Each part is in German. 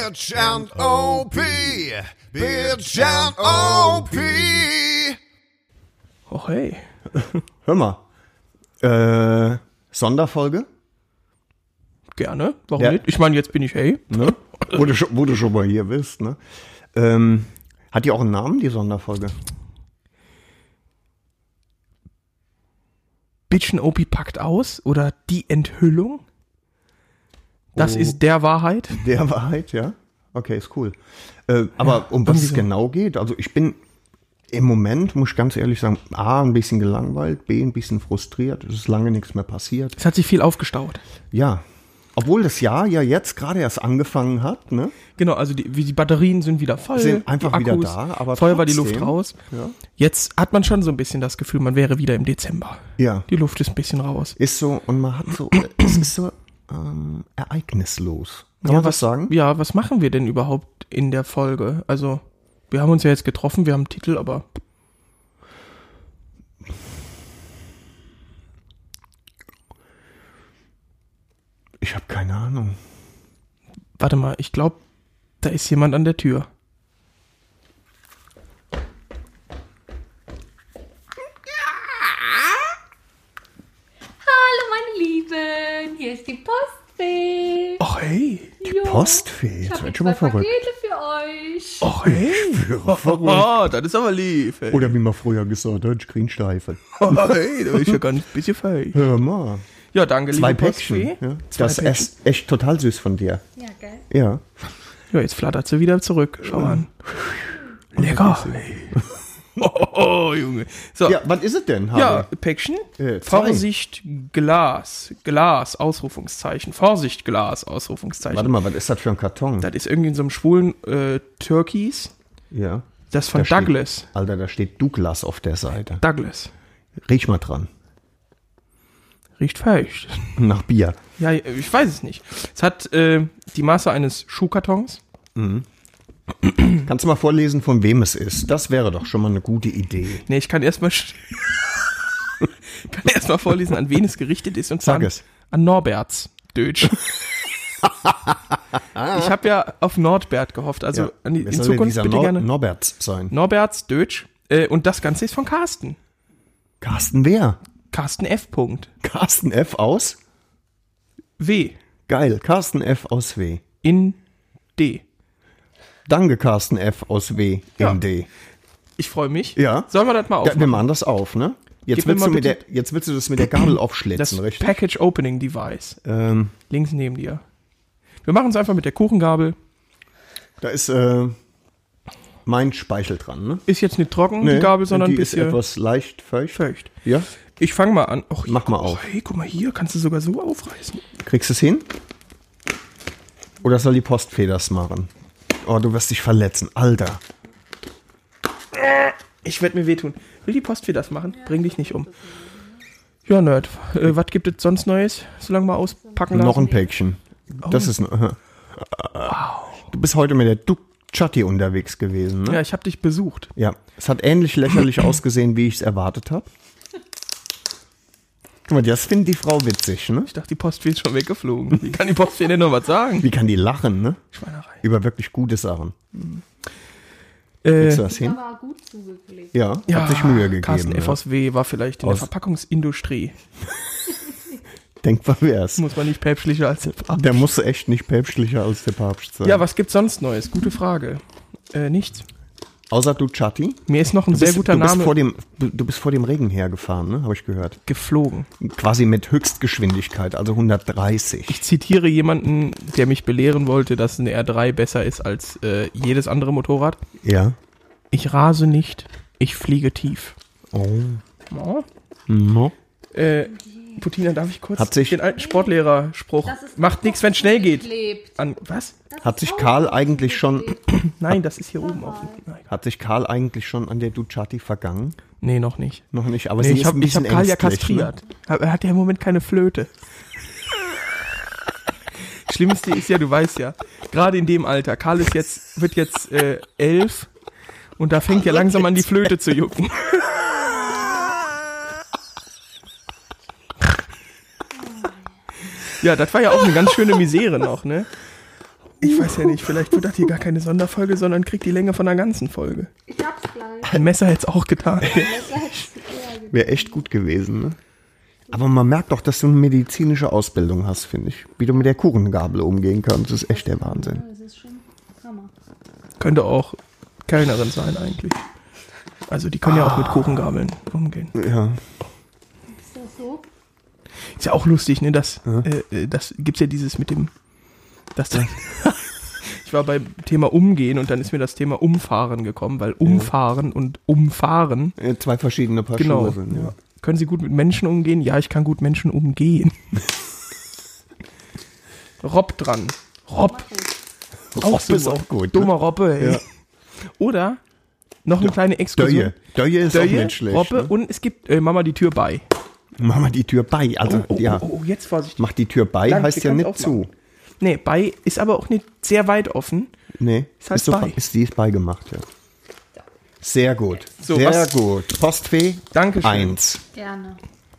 Bitch and OP, Bitch and OP. Och hey. Hör mal. Sonderfolge? Gerne, warum Ja. nicht? Ich meine, jetzt bin ich hey. Ne? Wo du schon mal hier bist, ne? Hat die auch einen Namen, die Sonderfolge? Bitchen OP packt aus oder die Enthüllung? Das Oh. ist der Wahrheit. Der Wahrheit, ja? Okay, ist cool. Aber um was es irgendwie so. genau geht, also ich bin im Moment, muss ich ganz ehrlich sagen, A, ein bisschen gelangweilt, B, ein bisschen frustriert. Es ist lange nichts mehr passiert. Es hat sich viel aufgestaut. Ja. Obwohl das Jahr ja jetzt gerade erst angefangen hat, ne? Genau, also die Batterien sind wieder voll. Sind einfach die wieder Akkus, da, aber vorher war die trotzdem, Luft raus. Ja. Jetzt hat man schon so ein bisschen das Gefühl, man wäre wieder im Dezember. Ja. Die Luft ist ein bisschen raus. Ist so, und man hat so, es ist so ereignislos. Kann man was sagen? Ja, was machen wir denn überhaupt in der Folge? Also, wir haben uns ja jetzt getroffen, wir haben einen Titel, aber Ich habe keine Ahnung. warte mal, ich glaube, da ist jemand an der Tür. Hallo meine Lieben, hier ist die Postfee. Och hey. Postfee, Ich das habe wird schon mal zwei verrückt. Pakete für euch. Och hey. Oh, das ist aber lieb. Ey. Oder wie man früher gesagt hat, Screensteife. Oh, hey, da bin ich ja ganz ein bisschen fähig. Hör mal. Ja, danke, Zwei liebe Päckchen. Postfee. Ja. Zwei Das Päckchen. ist echt total süß von dir. Ja, geil. Ja. Ja, jetzt flattert sie wieder zurück. Schau an. Lecker. Oh, Junge. So, Ja, was ist es denn, Harry? ja, Päckchen. Zwei. Vorsicht, Glas. Glas, Ausrufungszeichen. Vorsicht, Glas, Ausrufungszeichen. Warte mal, was ist das für ein Karton? Das ist irgendwie in so einem schwulen Türkis. Ja. Das ist von Da steht- Douglas. Alter, da steht Douglas auf der Seite. Douglas. Riech mal dran. Riecht feucht. Nach Bier. Ja, ich weiß es nicht. Es hat die Maße eines Schuhkartons. Kannst du mal vorlesen, von wem es ist? Das wäre doch schon mal eine gute Idee. Nee, ich kann erstmal vorlesen, an wen es gerichtet ist. Und zwar Sag es. an Norberts Deutsch. Ich habe ja auf Nordbert gehofft. Also Ja. an die, Wer in soll denn Zukunft dieser bitte gerne Norberts sein. Norberts Deutsch. Und das Ganze ist von Carsten. Carsten wer? Carsten F. Punkt. Carsten F. aus? W. Geil, Carsten F. aus W. In D. Danke, Carsten F. aus W. Ja. in D. Ich freue mich. Ja. Sollen wir das mal Ja, wir aufmachen? machen das auf, ne? Jetzt Gib mir willst, mal du mit der, bitte- jetzt willst du das mit der Gabel Das aufschlitzen, richtig? Package Opening Device. Ähm, Links neben dir. Wir machen es einfach mit der Kuchengabel. da ist mein Speichel dran, ne? Ist jetzt nicht trocken, Nee, die Gabel, sondern ein die ist bisschen etwas leicht feucht. feucht. Ja? Ich fange mal an. Och, Mach mal oh, auf. Hey, guck mal hier, kannst du sogar so aufreißen. Kriegst du es hin? Oder soll die Postfee das machen? Oh, du wirst dich verletzen. Alter. Ich werde mir wehtun. Will die Postfee das machen? Bring dich nicht um. Ja, Nerd. Was gibt es sonst Neues? Solange mal auspacken lassen. Noch ein Päckchen. Das ist... Du bist heute mit der Ducati unterwegs gewesen, ne? Ja, ich habe dich besucht. Ja. Es hat ähnlich lächerlich ausgesehen, wie ich es erwartet habe. Guck mal, das findet die Frau witzig, ne? Ich dachte, die Postfee ist schon weggeflogen. Wie kann die Postfee denn noch was sagen? Wie kann die lachen, ne? Schweinerei. Über wirklich gute Sachen. Kriegst du das hin? Aber gut zugeklebt. Ja, hat sich Mühe gegeben. Carsten ja. F. aus W. war vielleicht in der Aus- Verpackungsindustrie. Denkbar wär's. Muss man nicht päpstlicher als der Papst. Der muss echt nicht päpstlicher als der Papst sein. Ja, was gibt's sonst Neues? Gute Frage. Nichts. Außer Ducati. Mir ist noch ein sehr guter du bist Name du bist vor dem Regen hergefahren, ne? Habe ich gehört. geflogen. Quasi mit Höchstgeschwindigkeit, also 130. Ich zitiere jemanden, der mich belehren wollte, dass eine R3 besser ist als jedes andere Motorrad. Ja. Ich rase nicht, ich fliege tief. Oh. Oh. No. Putina, darf ich kurz Hat sich- den alten Sportlehrerspruch, Das ist macht nichts, wenn es schnell geht. Geklebt. An, was? Hat sich Karl eigentlich schon Nein, das ist hier oben auf dem... Nein. an der Ducati vergangen? Nee, noch nicht. Noch nicht, aber Nee, sie ich ist ein habe bisschen hab Karl ja ängstlich, ne? kastriert. Er hat ja im Moment keine Flöte. Schlimmste ist ja, du weißt ja, gerade in dem Alter, Karl wird jetzt 11 und da fängt ja langsam an die Flöte zu jucken. Ja, das war ja auch eine ganz schöne Misere noch, ne? Ich weiß ja nicht, vielleicht wird das hier gar keine Sonderfolge, sondern kriegt die Länge von der ganzen Folge. Ich hab's gleich. Ein Messer hätte es auch getan. Wäre echt gut gewesen, ne? Aber man merkt doch, dass du eine medizinische Ausbildung hast, finde ich. Wie du mit der Kuchengabel umgehen kannst, das ist echt der Wahnsinn. Das ist schon Hammer. Könnte auch Kellnerin sein eigentlich. Also die können ja auch mit Kuchengabeln umgehen. Ja. Ist das so? Ist ja auch lustig, ne? Das gibt's ja dieses mit dem. Ich war beim Thema Umgehen und dann ist mir das Thema Umfahren gekommen, weil Umfahren und Umfahren. Zwei verschiedene Paar Genau. Schuhe sind, ja. Können Sie gut mit Menschen umgehen? Ja, ich kann gut Menschen umgehen. Rob dran. Rob. Rob ist auch gut. Dummer Robbe, ey. Ja. Oder noch eine kleine Exkursion. Döje ist auch nicht schlecht. Robbe Ne? und es gibt Mama die Tür bei. Mach mal die Tür bei. Also, ja. Oh, jetzt Vorsicht. Mach die Tür bei, Danke, heißt ja kannst nicht aufmachen. zu. Nee, bei ist aber auch nicht sehr weit offen. Nee, Ist halt bei. die ist beigemacht, ja. Sehr gut. So, Sehr was- gut. Postfee Dankeschön. 1. Gerne.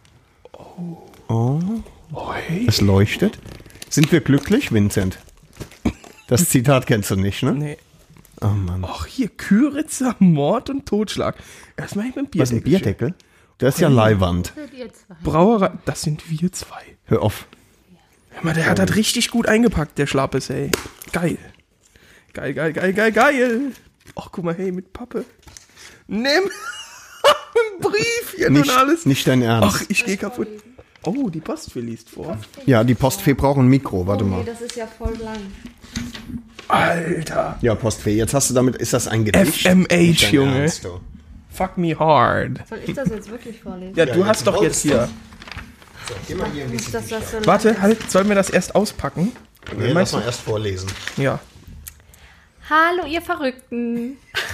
Oh, hey. Es leuchtet. Sind wir glücklich, Vincent? Das Zitat kennst du nicht, ne? Nee. Oh Mann. Ach, hier, Küritzer, Mord und Totschlag. Erstmal hier mit dem Was ist ein Bierdeckel. Bierdeckel? Das ist ja Leihwand. Hört ihr zwei? Brauerei, das sind wir zwei. Hör auf. Hör mal, der hat das richtig gut eingepackt, der Schlappes, ey. Geil. Geil, geil, geil, geil, geil. Ach, guck mal, hey, mit Pappe. Nimm ein Briefchen und alles. Nicht dein Ernst. Ach, ich geh kaputt. Oh, die Postfee liest vor. Ja, die Postfee braucht ein Mikro. Warte Oh mal. nee, das ist ja voll lang. Alter. Ja, Postfee. Jetzt hast du damit, ist das ein Gedicht? FMH, Nicht dein Junge. Ernst, du. Fuck me hard. Soll ich das jetzt wirklich vorlesen? Ja, du hast doch jetzt hier. So, geh mal hier ein Nicht, bisschen. dass das so lang Warte, ist. halt, sollen wir das erst auspacken? Nee, lass mal erst vorlesen. Ja. Hallo, ihr Verrückten.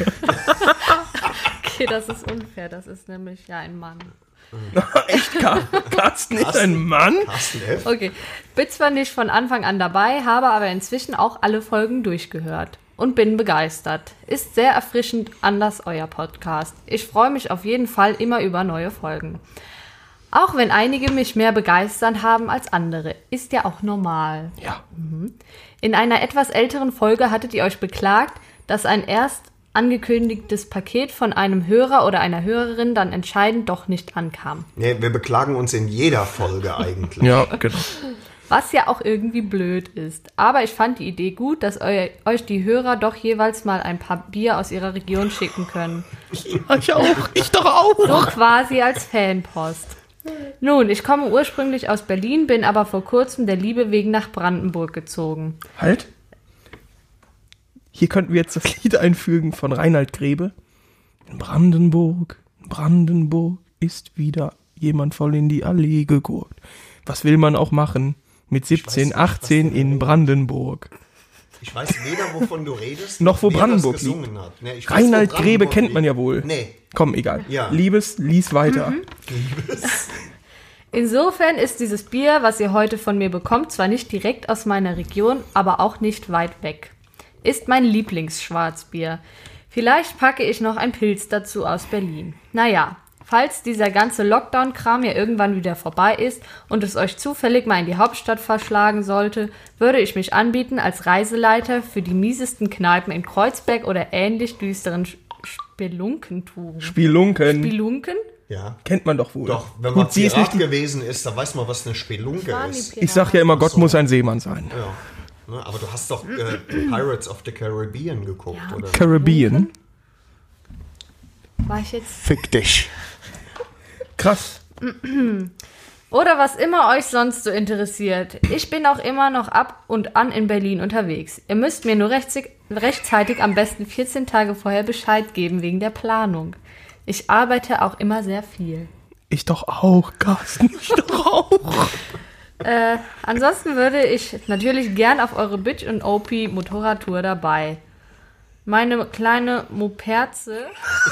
Okay, das ist unfair. Das ist nämlich ja ein Mann. Echt, Carsten ist ein Mann? Carsten F. Okay, bin zwar nicht von Anfang an dabei, habe aber inzwischen auch alle Folgen durchgehört und bin begeistert. Ist sehr erfrischend anders euer Podcast. Ich freue mich auf jeden Fall immer über neue Folgen. Auch wenn einige mich mehr begeistern haben als andere. Ist ja auch normal. Ja. In einer etwas älteren Folge hattet ihr euch beklagt, dass ein erst angekündigtes Paket von einem Hörer oder einer Hörerin dann entscheidend doch nicht ankam. Nee, wir beklagen uns in jeder Folge eigentlich. Ja, genau. Was ja auch irgendwie blöd ist. Aber ich fand die Idee gut, dass euch die Hörer doch jeweils mal ein paar Bier aus ihrer Region schicken können. Ich auch. Ich doch auch. So quasi als Fanpost. Nun, ich komme ursprünglich aus Berlin, bin aber vor kurzem der Liebe wegen nach Brandenburg gezogen. Halt. Hier könnten wir jetzt das Lied einfügen von Reinhard Grebe. In Brandenburg ist wieder jemand voll in die Allee gegurkt. Was will man auch machen mit 17, 18 in Brandenburg? Ich weiß weder, wovon du redest, Noch wo wer Brandenburg das gesungen hat. Nee, ich weiß, Reinhard wo Grebe Brandenburg kennt man liegt. ja wohl. Nee. Komm, egal. Ja. Lies weiter. Insofern ist dieses Bier, was ihr heute von mir bekommt, zwar nicht direkt aus meiner Region, aber auch nicht weit weg. Ist mein Lieblingsschwarzbier. Vielleicht packe ich noch ein Pilz dazu aus Berlin. Naja, falls dieser ganze Lockdown-Kram ja irgendwann wieder vorbei ist und es euch zufällig mal in die Hauptstadt verschlagen sollte, würde ich mich anbieten als Reiseleiter für die miesesten Kneipen in Kreuzberg oder ähnlich düsteren Spelunkenturen. Spelunken. Spelunken? Ja. Kennt man doch wohl. Doch, wenn man Gut, sie ist Pirat nicht. gewesen ist, dann weiß man, was eine Spelunke ist. Ich sag ja immer, Gott muss ein Seemann sein. Ja. Ne, aber du hast doch Pirates of the Caribbean geguckt, Ja. oder? Caribbean. War ich jetzt... Fick dich. Krass. Oder was immer euch sonst so interessiert. Ich bin auch immer noch ab und an in Berlin unterwegs. Ihr müsst mir nur rechtzeitig am besten 14 Tage vorher Bescheid geben wegen der Planung. Ich arbeite auch immer sehr viel. Ich doch auch, Carsten. Ich doch auch. Ansonsten würde ich natürlich gern auf eure Bitch und OP Motorradtour dabei. Meine kleine Moperze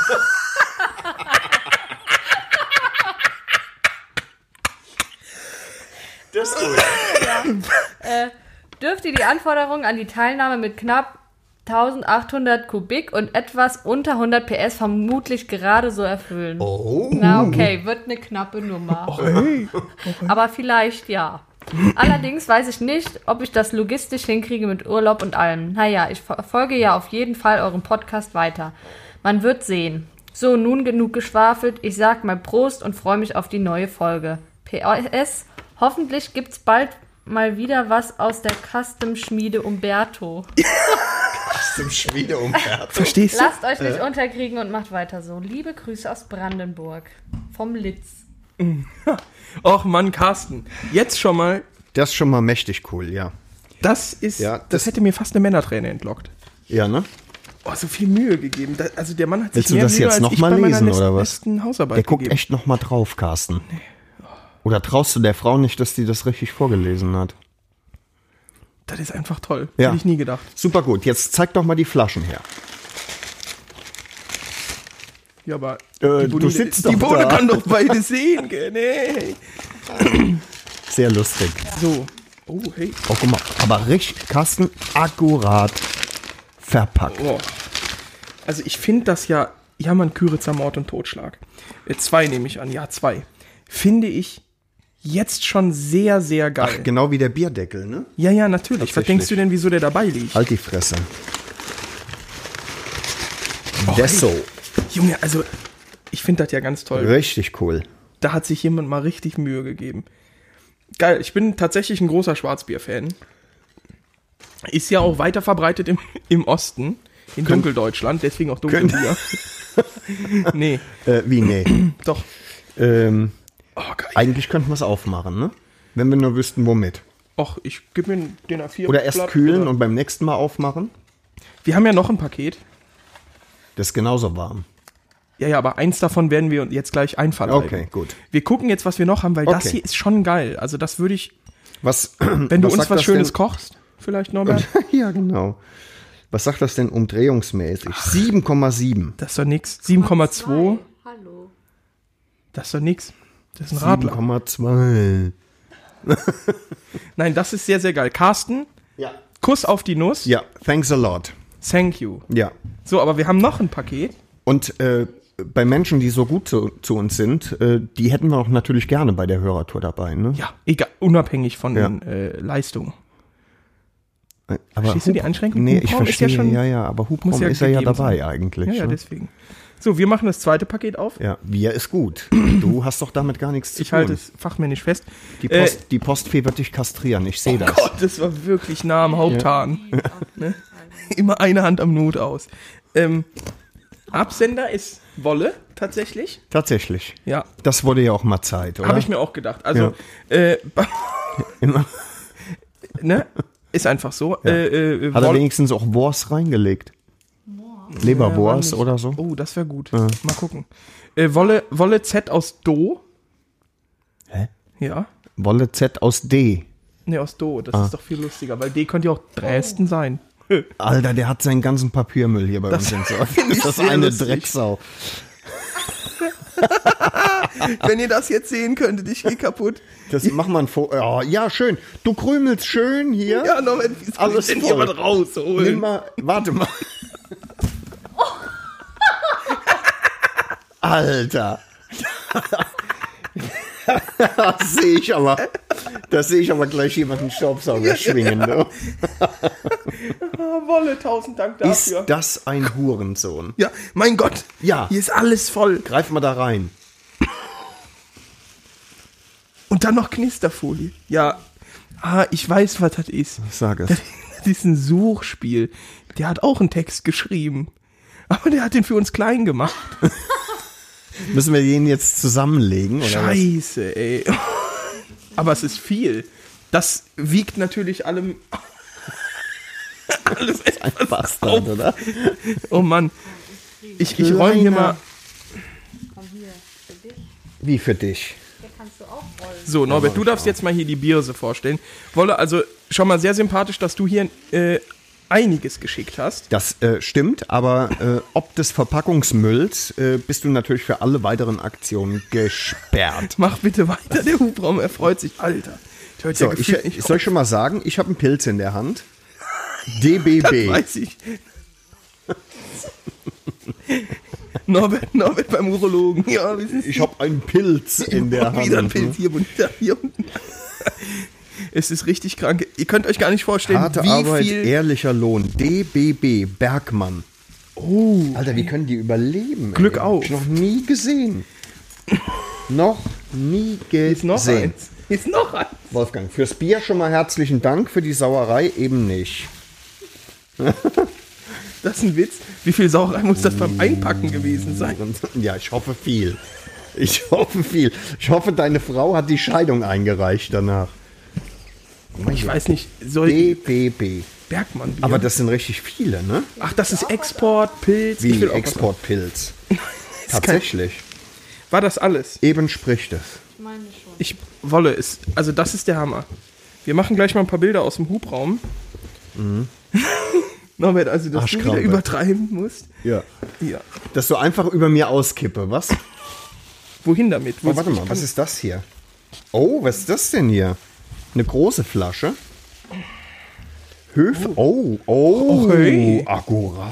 Das ist gut. dürfte die Anforderungen an die Teilnahme mit knapp 1800 Kubik und etwas unter 100 PS vermutlich gerade so erfüllen. Oh. Na okay, wird eine knappe Nummer. Hey. Aber vielleicht ja. Allerdings weiß ich nicht, ob ich das logistisch hinkriege mit Urlaub und allem. Naja, ich verfolge ja auf jeden Fall euren Podcast weiter. Man wird sehen. So, nun genug geschwafelt. Ich sag mal Prost und freue mich auf die neue Folge. PS, hoffentlich gibt's bald mal wieder was aus der Custom-Schmiede Umberto. Zum Schmiede Umberto. Verstehst du? Lasst euch nicht unterkriegen und macht weiter so. Liebe Grüße aus Brandenburg. Vom Litz. Och Mann, Carsten. Jetzt schon mal, Das ist schon mal mächtig cool, ja. das ist, Ja, das das- hätte mir fast eine Männerträne entlockt. Ja, ne? Oh, so viel Mühe gegeben. Also der Mann hat sich Willst du mehr das Mühe jetzt als noch ich mal bei meiner lesen, oder was? letzten Hausarbeit Der guckt gegeben. echt noch mal drauf, Carsten. Oder traust du der Frau nicht, dass die das richtig vorgelesen hat? Das ist einfach toll. Ja. Hätte ich nie gedacht. Super gut, jetzt zeig doch mal die Flaschen her. Ja, aber du sitzt die doch Bohne da. kann doch beide sehen. Nee. Sehr lustig. So. Oh, hey. Oh, guck mal, aber richtig, Carsten, akkurat verpackt. Oh. Also ich finde das ja, man Küritzer Mord und Totschlag. 2 nehme ich an, ja 2. Finde ich jetzt schon sehr, sehr geil. Ach, genau wie der Bierdeckel, ne? Ja, ja, natürlich. Was Tatsächlich. denkst du denn, wieso der dabei liegt? Halt die Fresse. Oh, Desso. Junge, also ich finde das ja ganz toll. Richtig cool. Da hat sich jemand mal richtig Mühe gegeben. Geil, ich bin tatsächlich ein großer Schwarzbier-Fan. Ist ja auch weiter verbreitet im Osten, in Dunkeldeutschland, deswegen auch Dunkelbier. Nee, Wie, nee. doch. Oh, geil. Eigentlich könnten wir es aufmachen, ne? Wenn wir nur wüssten, womit. Och, ich gebe mir den A4. Oder erst Blatt, kühlen oder- und beim nächsten Mal aufmachen. Wir haben ja noch ein Paket. Das ist genauso warm. Ja, aber eins davon werden wir jetzt gleich einverleiben. Okay, gut. Wir gucken jetzt, was wir noch haben, weil das Okay. hier ist schon geil. Also das würde ich, Was, wenn du uns sagt was das Schönes denn? kochst, vielleicht Norbert. Ja, genau. Was sagt das denn umdrehungsmäßig? 7,7. Das ist doch nix. 7,2. Hallo. Das ist doch nix. Das ist ein Radler. 7,2. Nein, das ist sehr, sehr geil. Carsten, Ja. Kuss auf die Nuss. Ja, thanks a lot. Thank you. Ja. So, aber wir haben noch ein Paket. Und bei Menschen, die so gut zu uns sind, die hätten wir auch natürlich gerne bei der Hörertour dabei, ne? Ja, egal, unabhängig von Ja. Leistungen. Aber Verstehst du die Einschränkung? Nee, ich Hubraum ist ja verstehe, schon- ja, aber Hubraum muss ja ist er ja gegeben dabei sein. eigentlich. Ja, ja, ne? deswegen. So, wir machen das zweite Paket auf. Ja, wir ist gut. Du hast doch damit gar nichts zu Ich tun. halte es fachmännisch fest. Die Postfee wird dich kastrieren, ich sehe Oh das. Gott, das war wirklich nah am Haupthahn. Ne? Immer eine Hand am Not aus. Absender ist Wolle, tatsächlich. Tatsächlich. Ja, Das wurde ja auch mal Zeit, oder? habe ich mir auch gedacht. Also, Immer. ne? Ist einfach so. Hat er Wolle- wenigstens auch Wurst reingelegt? Leberwurst Ja, oder so? Oh, das wäre gut. Mal gucken. Wolle Z aus Do. Hä? Ja. Wolle Z aus D. Ne, aus Do. Das ist doch viel lustiger, weil D könnte ja auch Dresden sein. Alter, der hat seinen ganzen Papiermüll hier bei uns entsorgt. ich Das ist sehr eine lustig. Drecksau. Wenn ihr das jetzt sehen könntet, ich gehe kaputt. Das mach mal ein Foto. Ja, schön. Du krümelst schön hier. Ja, Norbert, wie soll Alles ich denn hier voll. was rausholen? Nimm mal, warte mal. Alter. Das sehe ich aber. Das sehe ich aber gleich jemanden Staubsauger schwingen. Ne? Wolle, 1000 Dank Ist dafür. das ein Hurensohn? Ja, mein Gott. Ja. Hier ist alles voll. Greif mal da rein. Und dann noch Knisterfolie. Ja. Ich weiß, was das ist. Sag es. Das ist ein Suchspiel. Der hat auch einen Text geschrieben. Aber der hat den für uns klein gemacht. Müssen wir den jetzt zusammenlegen? Oder was? Scheiße, ey. Aber es ist viel. Das wiegt natürlich allem. alles Ein etwas Bastard, auf. oder? Oh Mann. Ich räume hier mal. Komm hier, für dich. Wie für dich? Hier kannst du auch rollen. So, Norbert, du darfst jetzt mal hier die Birse vorstellen. Wolle, also schon mal sehr sympathisch, dass du hier einiges geschickt hast. Das stimmt, aber ob des Verpackungsmülls bist du natürlich für alle weiteren Aktionen gesperrt. Mach bitte weiter, der Hubraum erfreut sich. Alter. Ich hörte So, ja gefühlt ich nicht soll auf. schon mal sagen, ich habe einen Pilz in der Hand. Das DBB. weiß ich. Norbert beim Urologen. Ja, wie ist Ich habe einen Pilz in der Hand. Wieder ein Pilz hier unten. Es ist richtig krank. Ihr könnt euch gar nicht vorstellen, Harte wie Arbeit, viel... ehrlicher Lohn. DBB, Bergmann. Oh, Alter, wie können die überleben? Glück ey? auf. Hab ich noch nie gesehen. Noch nie ist noch gesehen. eins. Ist noch eins. Wolfgang, fürs Bier schon mal herzlichen Dank, für die Sauerei eben nicht. Das ist ein Witz. Wie viel Sauerei muss das beim Einpacken gewesen sein? Ja, ich hoffe viel. Ich hoffe viel. Ich hoffe, deine Frau hat die Scheidung eingereicht danach. Ich weiß nicht, soll DBB. Bergmann-Bier? Aber das sind richtig viele, ne? Ach, das ist Export, Pilz. ich Wie will auch was Exportpilz. Ist Tatsächlich. War das alles? Eben spricht es. Meine schon. Ich wolle es. Also das ist der Hammer. Wir machen gleich mal ein paar Bilder aus dem Hubraum. Norbert, also dass du wieder Arschkrampe. übertreiben musst. Ja. Ja. Dass du einfach über mir auskippe, was? Wohin damit? Oh, warte mal, was ist das hier? Oh, was ist das denn hier? Eine große Flasche. Oh, hey. akkurat.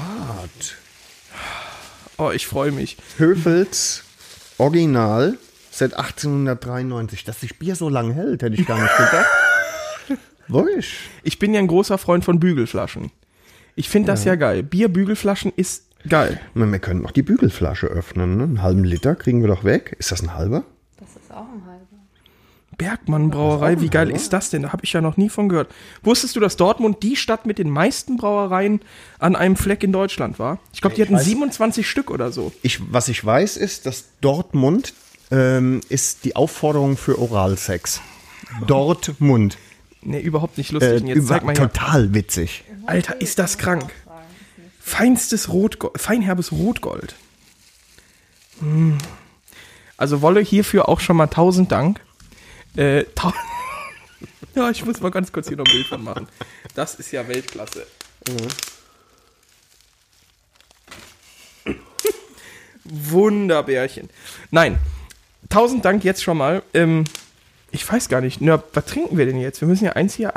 Oh, ich freue mich. Höfels Original seit 1893. Dass sich Bier so lange hält, hätte ich gar nicht gedacht. Wusch. Ich bin ja ein großer Freund von Bügelflaschen. Ich finde das ja geil. Bier-Bügelflaschen ist geil. Wir können noch die Bügelflasche öffnen. Ne? Einen halben Liter kriegen wir doch weg. Ist das ein halber? Das ist auch ein halber. Bergmann Brauerei, wie geil ist das denn? Da habe ich ja noch nie von gehört. Wusstest du, dass Dortmund die Stadt mit den meisten Brauereien an einem Fleck in Deutschland war? Ich glaube, die hatten 27 Stück oder so. Was ich weiß, ist, dass Dortmund ist die Aufforderung für Oralsex. Dortmund. Nee, überhaupt nicht lustig. Und jetzt zeig mal her. Total witzig. Alter, ist das krank. Feinstes Rotgold, feinherbes Rotgold. Also Wolle hierfür auch schon mal 1000 Dank. Ja, ich muss mal ganz kurz hier noch ein Bild von machen. Das ist ja Weltklasse. Wunderbärchen. Nein, 1000 Dank jetzt schon mal. Ich weiß gar nicht, na, was trinken wir denn jetzt? Wir müssen ja eins hier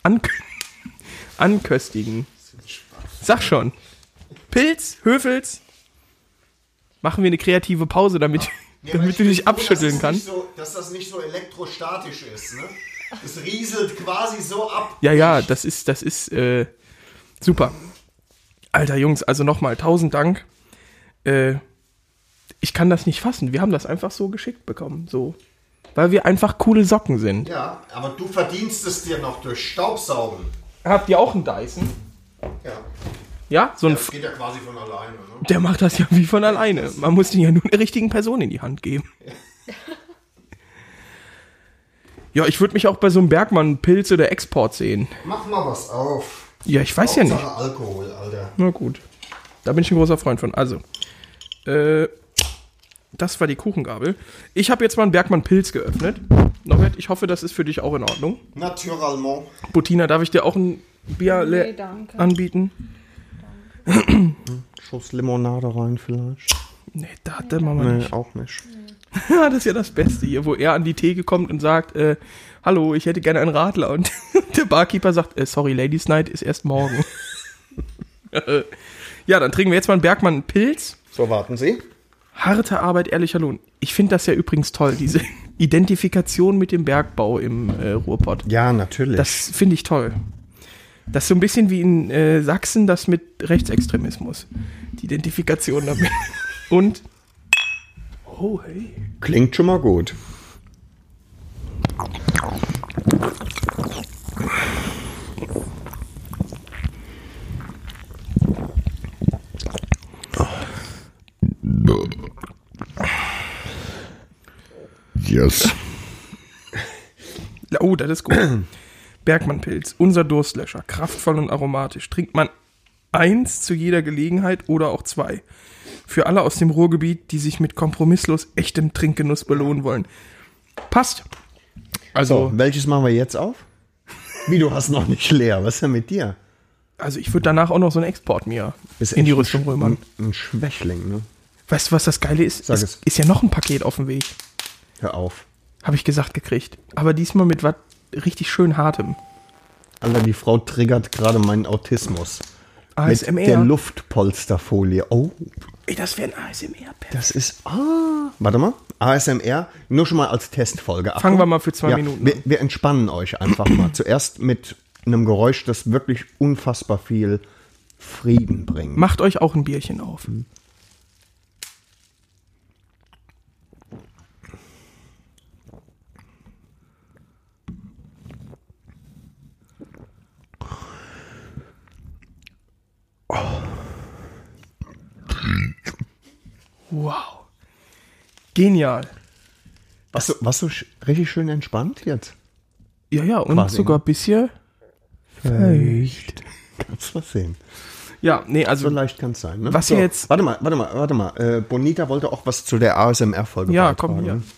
anköstigen. Sag schon. Pilz, Höfels. Machen wir eine kreative Pause, damit du dich abschütteln kannst. Dass das nicht so elektrostatisch ist, ne? Es rieselt quasi so ab. Ja, das ist super. Alter Jungs, also nochmal 1000 Dank. Ich kann das nicht fassen. Wir haben das einfach so geschickt bekommen, so. Weil wir einfach coole Socken sind. Ja, aber du verdienst es dir noch durch Staubsaugen. Habt ihr auch einen Dyson? Ja. Ja, so ein. Das geht ja quasi von alleine, ne? Der macht das ja wie von alleine. Man muss den ja nur der richtigen Person in die Hand geben. Ja, ich würde mich auch bei so einem Bergmann Pilz oder Export sehen. Mach mal was auf. Ja, ich weiß ja nicht. Alkohol, Alter. Na gut. Da bin ich ein großer Freund von. Also, das war die Kuchengabel. Ich habe jetzt mal einen Bergmann Pilz geöffnet. Norbert, ich hoffe, das ist für dich auch in Ordnung. Naturellement. Bettina, darf ich dir auch ein Bier Nee, danke. anbieten? Schuss Limonade rein vielleicht. Nee, da hat der Mama nicht. auch nicht. Ja, das ist ja das Beste hier, wo er an die Theke kommt und sagt, hallo, ich hätte gerne einen Radler. Und der Barkeeper sagt, sorry, Ladies Night ist erst morgen. Ja, dann trinken wir jetzt mal einen Bergmann Pilz. So, warten Sie. Harte Arbeit, ehrlicher Lohn. Ich finde das ja übrigens toll, diese Identifikation mit dem Bergbau im Ruhrpott. Ja, natürlich. Das finde ich toll. Das ist so ein bisschen wie in Sachsen das mit Rechtsextremismus. Die Identifikation damit. Und oh, hey. Klingt schon mal gut. Yes. Oh, das ist gut. Bergmann-Pilz, unser Durstlöscher, kraftvoll und aromatisch. Trinkt man 1 zu jeder Gelegenheit oder auch 2. Für alle aus dem Ruhrgebiet, die sich mit kompromisslos echtem Trinkgenuss belohnen wollen. Passt. Also, So, welches machen wir jetzt auf? Wie, du hast noch nicht leer. Was ist denn mit dir? also ich würde danach auch noch so einen Export mir Bist in die echt Rüstung römern. Ein Schwächling, ne? Weißt du, was das Geile ist? Sag Es es. ist ja noch ein Paket auf dem Weg. Hör auf. Habe ich gesagt gekriegt. Aber diesmal mit was richtig schön Hartem. Alter, die Frau triggert gerade meinen Autismus. Mit der ASMR. Luftpolsterfolie. Oh. Ey, das wäre ein ASMR. Das ist, warte mal, ASMR, nur schon mal als Testfolge. Achtung. Fangen wir mal für 2 Minuten an. Wir entspannen euch einfach mal. Zuerst mit einem Geräusch, das wirklich unfassbar viel Frieden bringt. Macht euch auch ein Bierchen auf. Wow. Genial. Warst du richtig schön entspannt jetzt? Ja, und Quasi, sogar ein bisschen feucht. Kannst was sehen. Ja, nee, also So leicht kann es sein, ne? was so, ihr jetzt- Warte mal. Bonita wollte auch was zu der ASMR-Folge Ja, beitragen. komm hier.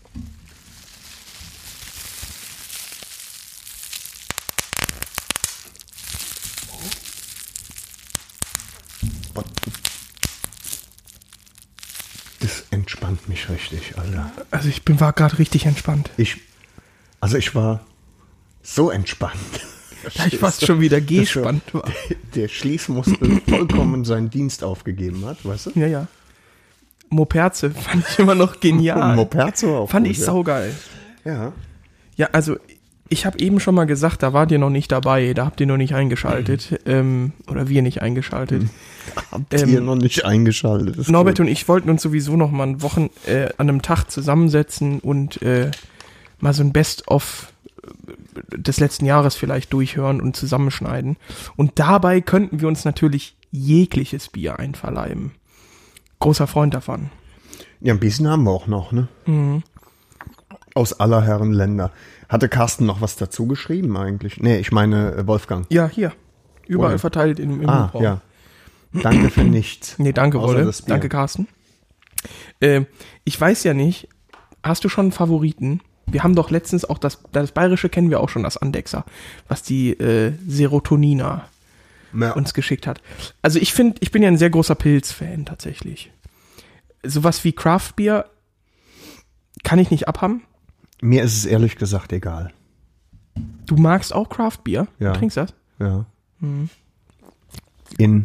Das entspannt mich richtig, Alter. Also war gerade richtig entspannt. Ich war so entspannt. Da ich fast schon wieder gespannt war. Der Schließmuskel vollkommen seinen Dienst aufgegeben hat, weißt du? Ja. Moperze fand ich immer noch genial. Moperzo auch Fand gut, ich saugeil. Ja. Ja, also ich habe eben schon mal gesagt, da wart ihr noch nicht dabei, da habt ihr noch nicht eingeschaltet. Oder wir nicht eingeschaltet. Habt ihr noch nicht eingeschaltet? Das ist Norbert gut. und ich wollten uns sowieso noch mal an einem Tag zusammensetzen und mal so ein Best-of des letzten Jahres vielleicht durchhören und zusammenschneiden. Und dabei könnten wir uns natürlich jegliches Bier einverleiben. Großer Freund davon. Ja, ein bisschen haben wir auch noch, ne? Aus aller Herren Länder. Hatte Carsten noch was dazu geschrieben eigentlich? Nee, ich meine Wolfgang. Ja, hier. Überall Wohin? verteilt im Hubraum. Ja. Danke für nichts. Nee, danke, Außer Wolle. das Bier. Danke, Carsten. Ich weiß ja nicht, hast du schon einen Favoriten? Wir haben doch letztens auch das Bayerische kennen wir auch schon, das Andexer, was die Serotonina Ja. uns geschickt hat. Also ich bin ja ein sehr großer Pilz-Fan tatsächlich. Sowas wie Craft-Bier kann ich nicht abhaben. Mir ist es ehrlich gesagt egal. Du magst auch Craft-Bier? Ja. Du trinkst das? Ja. Mhm. In.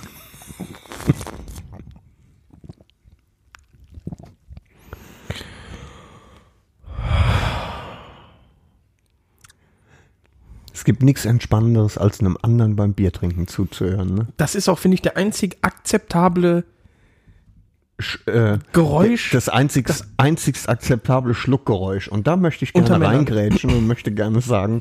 Es gibt nichts Entspannenderes, als einem anderen beim Biertrinken zuzuhören. Ne? Das ist auch, finde ich, der einzig akzeptable Geräusch. Das einzigst akzeptable Schluckgeräusch. Und da möchte ich gerne Unter Männern. reingrätschen und möchte gerne sagen,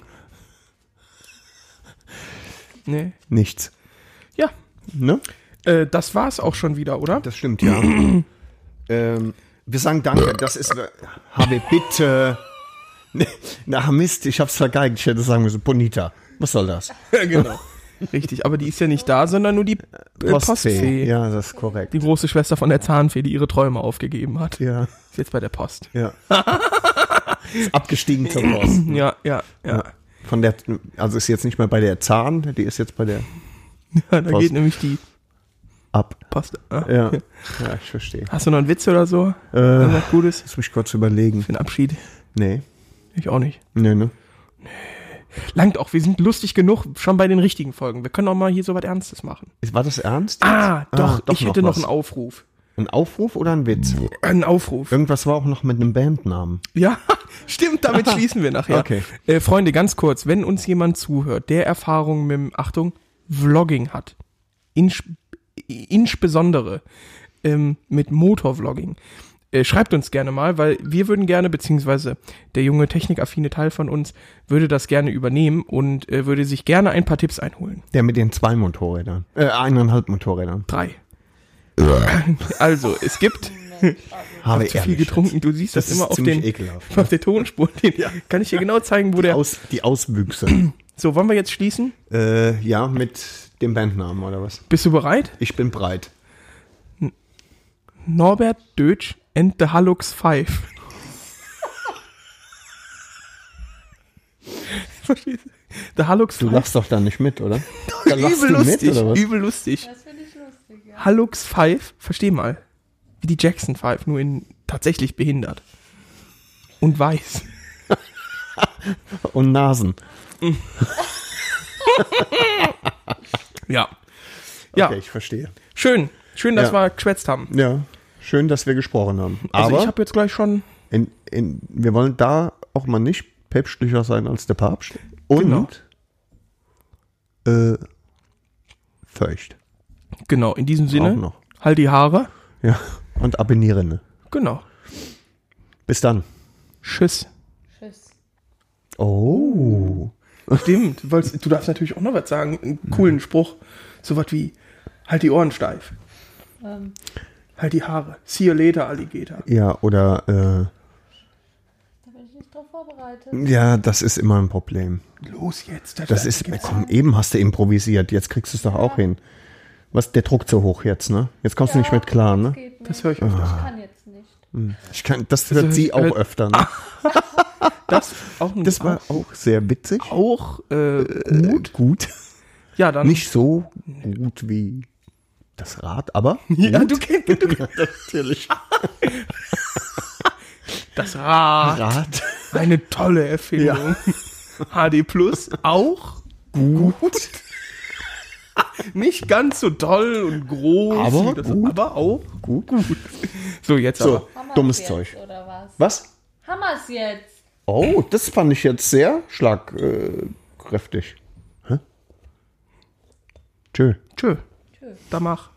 Nee. nichts. Ja, Ne? das war's auch schon wieder, oder? Das stimmt, ja. Wir sagen danke, das ist, habe bitte, na Mist, ich hab's vergeigt, ich hätte sagen müssen, Bonita, was soll das? Genau. Richtig, aber die ist ja nicht da, sondern nur die Postfee. Ja, das ist korrekt. Die große Schwester von der Zahnfee, die ihre Träume aufgegeben hat. Ja, Ist jetzt bei der Post. ja. Ist abgestiegen zur Post. Ja. Von der, also ist jetzt nicht mehr bei der Zahn, die ist jetzt bei der Da Post. geht nämlich die Ab. Post. Ah. Ja, ja, ich verstehe. Hast du noch einen Witz oder so? Was Gutes Lass mich kurz überlegen. für den Abschied? Nee, Ich auch nicht. ne. Langt auch, wir sind lustig genug, schon bei den richtigen Folgen. Wir können auch mal hier so was Ernstes machen. War das ernst? Doch, ich hätte noch was. einen Aufruf. Ein Aufruf oder ein Witz? Einen Aufruf. Irgendwas war auch noch mit einem Bandnamen. Ja, stimmt, damit schließen wir nachher. Okay. Freunde, ganz kurz, wenn uns jemand zuhört, der Erfahrung mit, Achtung, Vlogging hat, insbesondere mit Motorvlogging, schreibt uns gerne mal, weil wir würden gerne, beziehungsweise der junge technikaffine Teil von uns würde das gerne übernehmen und würde sich gerne ein paar Tipps einholen. Der mit den 2 Motorrädern. 1,5 Motorrädern. 3. Also, es gibt Habe zu viel getrunken, du siehst das, Das ist immer auf ziemlich den ekelhaft. auf der Tonspur. Kann ich dir genau zeigen, wo der... Die Auswüchse. So, wollen wir jetzt schließen? Ja, mit dem Bandnamen oder was? Bist du bereit? Ich bin breit. Norbert Dötsch and the Hallux 5. Verstehst du? The Hallux Du 5. lachst doch da nicht mit, oder? Da lachst Übel du mit, lustig, oder was? übel lustig. Das finde ich lustig, ja. Hallux 5, versteh mal. Wie die Jackson 5, nur in tatsächlich behindert. Und weiß. Und Nasen. Ja. Ja, Okay, ich verstehe. schön. Schön, dass Ja. wir geschwätzt haben. Ja, schön, dass wir gesprochen haben. Also Aber ich habe jetzt gleich schon... wir wollen da auch mal nicht päpstlicher sein als der Papst. Und feucht. Genau, in diesem Auch Sinne, noch. halt die Haare. Ja, und abonnieren. Genau. Bis dann. Tschüss. Tschüss. Oh. Stimmt, du darfst natürlich auch noch was sagen. Einen coolen Spruch. So was wie, halt die Ohren steif. Halt die Haare. See you later, Alligator. Ja, oder, Da bin ich nicht drauf vorbereitet. ja, das ist immer ein Problem. Los jetzt. Das ist, komm, eben hast du improvisiert, jetzt kriegst du es doch auch hin. Was, der Druck zu hoch jetzt, ne? Jetzt kommst du nicht mit klar, ne? Geht nicht. Das höre ich öfter. Ich kann jetzt nicht. Das hört sie auch öfter, ne? Das, auch ein, Das war auch sehr witzig. auch gut. Gut. Ja, dann. Nicht so gut wie das Rad, aber Ja, gut. du kennst Natürlich. das Rad. Rad. Eine tolle Erfindung. HD Plus auch gut. Nicht ganz so toll und groß, Aber wie das, gut. aber auch Gut. so jetzt So, aber. Hammer's dummes jetzt, Zeug. Oder was? Was? Hammer's jetzt. Oh, das fand ich jetzt sehr schlagkräftig. Hä? Tschö. Tschö. Da mach.